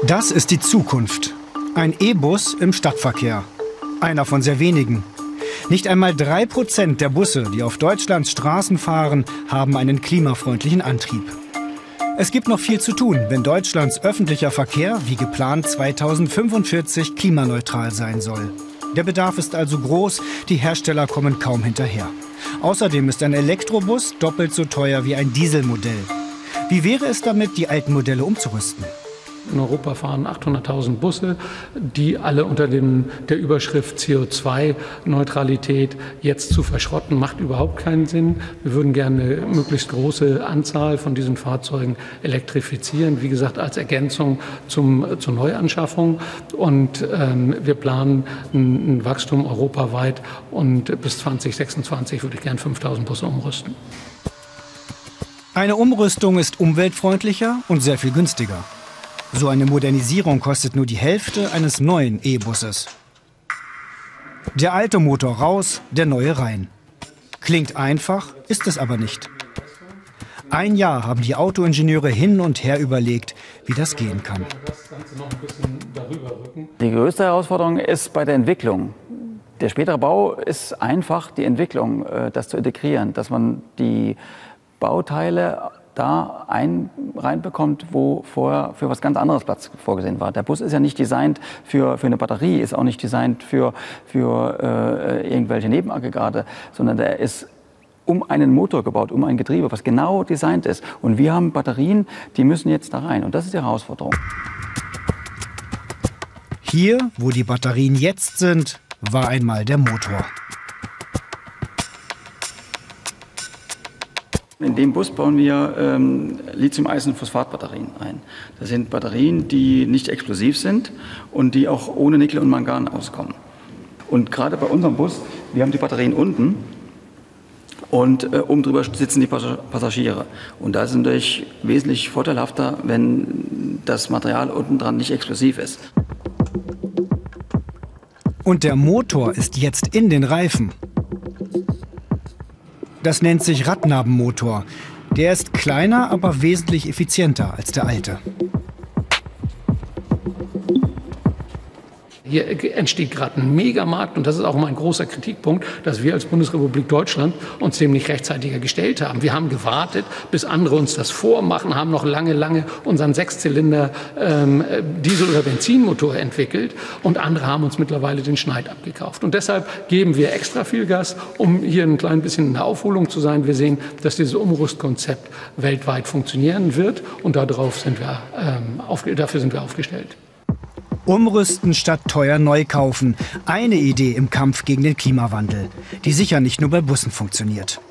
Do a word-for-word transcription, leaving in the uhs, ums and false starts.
Das ist die Zukunft. Ein E-Bus im Stadtverkehr. Einer von sehr wenigen. Nicht einmal drei Prozent der Busse, die auf Deutschlands Straßen fahren, haben einen klimafreundlichen Antrieb. Es gibt noch viel zu tun, wenn Deutschlands öffentlicher Verkehr, wie geplant, zweitausendfünfundvierzig klimaneutral sein soll. Der Bedarf ist also groß, die Hersteller kommen kaum hinterher. Außerdem ist ein Elektrobus doppelt so teuer wie ein Dieselmodell. Wie wäre es damit, die alten Modelle umzurüsten? In Europa fahren achthunderttausend Busse, die alle unter dem, der Überschrift C O zwei Neutralität jetzt zu verschrotten, macht überhaupt keinen Sinn. Wir würden gerne eine möglichst große Anzahl von diesen Fahrzeugen elektrifizieren, wie gesagt, als Ergänzung zum, zur Neuanschaffung. Und ähm, wir planen ein, ein Wachstum europaweit und bis zweitausendsechsundzwanzig würde ich gern fünftausend Busse umrüsten. Eine Umrüstung ist umweltfreundlicher und sehr viel günstiger. So eine Modernisierung kostet nur die Hälfte eines neuen E-Busses. Der alte Motor raus, der neue rein. Klingt einfach, ist es aber nicht. Ein Jahr haben die Autoingenieure hin und her überlegt, wie das gehen kann. Die größte Herausforderung ist bei der Entwicklung. Der spätere Bau ist einfach die Entwicklung, das zu integrieren, dass man die Bauteile da ein, reinbekommt, wo vorher für was ganz anderes Platz vorgesehen war. Der Bus ist ja nicht designt für, für eine Batterie, ist auch nicht designt für, für äh, irgendwelche Nebenaggregate, sondern der ist um einen Motor gebaut, um ein Getriebe, was genau designt ist. Und wir haben Batterien, die müssen jetzt da rein. Und das ist die Herausforderung. Hier, wo die Batterien jetzt sind, war einmal der Motor. In dem Bus bauen wir ähm, Lithium-Eisen-Phosphat-Batterien ein. Das sind Batterien, die nicht explosiv sind und die auch ohne Nickel und Mangan auskommen. Und gerade bei unserem Bus, wir haben die Batterien unten und äh, oben drüber sitzen die Passagiere. Und da ist es natürlich wesentlich vorteilhafter, wenn das Material unten dran nicht explosiv ist. Und der Motor ist jetzt in den Reifen. Das nennt sich Radnabenmotor. Der ist kleiner, aber wesentlich effizienter als der alte. Hier entsteht gerade ein Megamarkt und das ist auch mein großer Kritikpunkt, dass wir als Bundesrepublik Deutschland uns dem nicht rechtzeitiger gestellt haben. Wir haben gewartet, bis andere uns das vormachen, haben noch lange, lange unseren Sechszylinder ähm, Diesel- oder Benzinmotor entwickelt und andere haben uns mittlerweile den Schneid abgekauft. Und deshalb geben wir extra viel Gas, um hier ein klein bisschen in der Aufholung zu sein. Wir sehen, dass dieses Umrüstkonzept weltweit funktionieren wird und darauf sind wir, ähm, auf, dafür sind wir aufgestellt. Umrüsten statt teuer neu kaufen. Eine Idee im Kampf gegen den Klimawandel, die sicher nicht nur bei Bussen funktioniert.